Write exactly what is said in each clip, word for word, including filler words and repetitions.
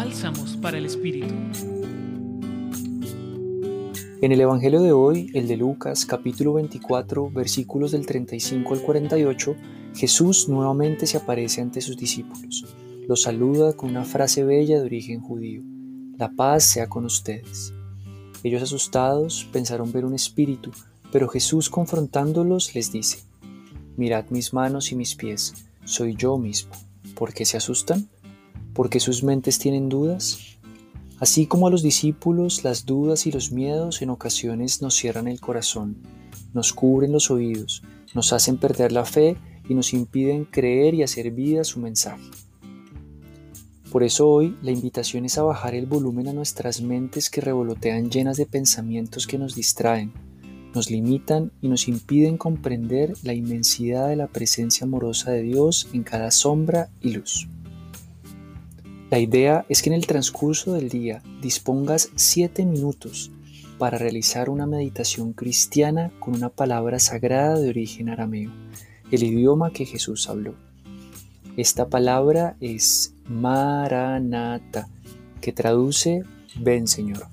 Bálsamos para el Espíritu. En el Evangelio de hoy, el de Lucas, capítulo veinticuatro, versículos del treinta y cinco al cuarenta y ocho, Jesús nuevamente se aparece ante sus discípulos. Los saluda con una frase bella de origen judío: «La paz sea con ustedes». Ellos, asustados, pensaron ver un espíritu, pero Jesús, confrontándolos, les dice: «Mirad mis manos y mis pies, soy yo mismo». ¿Por qué se asustan? ¿Por qué sus mentes tienen dudas? Así como a los discípulos, las dudas y los miedos en ocasiones nos cierran el corazón, nos cubren los oídos, nos hacen perder la fe y nos impiden creer y hacer vida su mensaje. Por eso hoy la invitación es a bajar el volumen a nuestras mentes que revolotean llenas de pensamientos que nos distraen, nos limitan y nos impiden comprender la inmensidad de la presencia amorosa de Dios en cada sombra y luz. La idea es que en el transcurso del día dispongas siete minutos para realizar una meditación cristiana con una palabra sagrada de origen arameo, el idioma que Jesús habló. Esta palabra es Maranata, que traduce «Ven, Señor».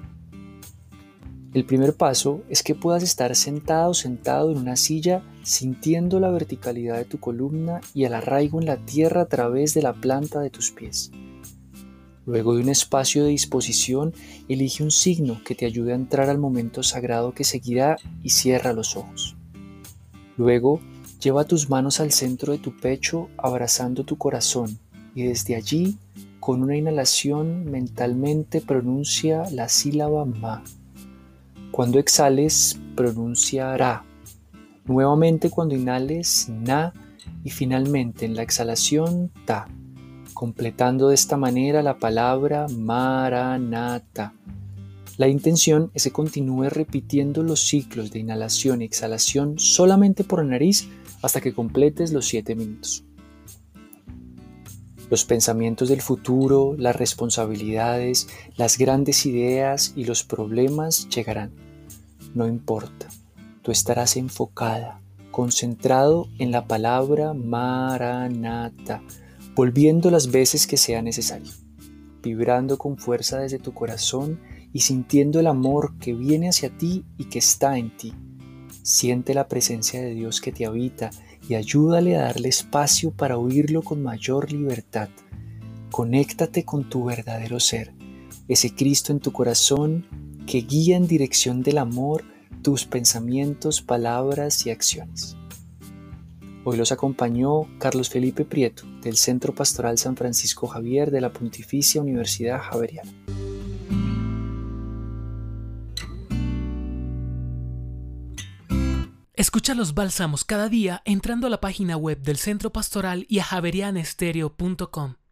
El primer paso es que puedas estar sentado o sentado en una silla sintiendo la verticalidad de tu columna y el arraigo en la tierra a través de la planta de tus pies. Luego de un espacio de disposición, elige un signo que te ayude a entrar al momento sagrado que seguirá y cierra los ojos. Luego, lleva tus manos al centro de tu pecho, abrazando tu corazón, y desde allí, con una inhalación, mentalmente pronuncia la sílaba Ma. Cuando exhales, pronuncia Ra. Nuevamente cuando inhales, Na, y finalmente en la exhalación, Ta, completando de esta manera la palabra Maranata. La intención es que continúes repitiendo los ciclos de inhalación y exhalación solamente por la nariz hasta que completes los siete minutos. Los pensamientos del futuro, las responsabilidades, las grandes ideas y los problemas llegarán. No importa, tú estarás enfocada, concentrado en la palabra Maranata, volviendo las veces que sea necesario, vibrando con fuerza desde tu corazón y sintiendo el amor que viene hacia ti y que está en ti. Siente la presencia de Dios que te habita y ayúdale a darle espacio para oírlo con mayor libertad. Conéctate con tu verdadero ser, ese Cristo en tu corazón que guía en dirección del amor tus pensamientos, palabras y acciones. Hoy los acompañó Carlos Felipe Prieto, del Centro Pastoral San Francisco Javier de la Pontificia Universidad Javeriana. Escucha los bálsamos cada día entrando a la página web del Centro Pastoral y a javerianestereo punto com.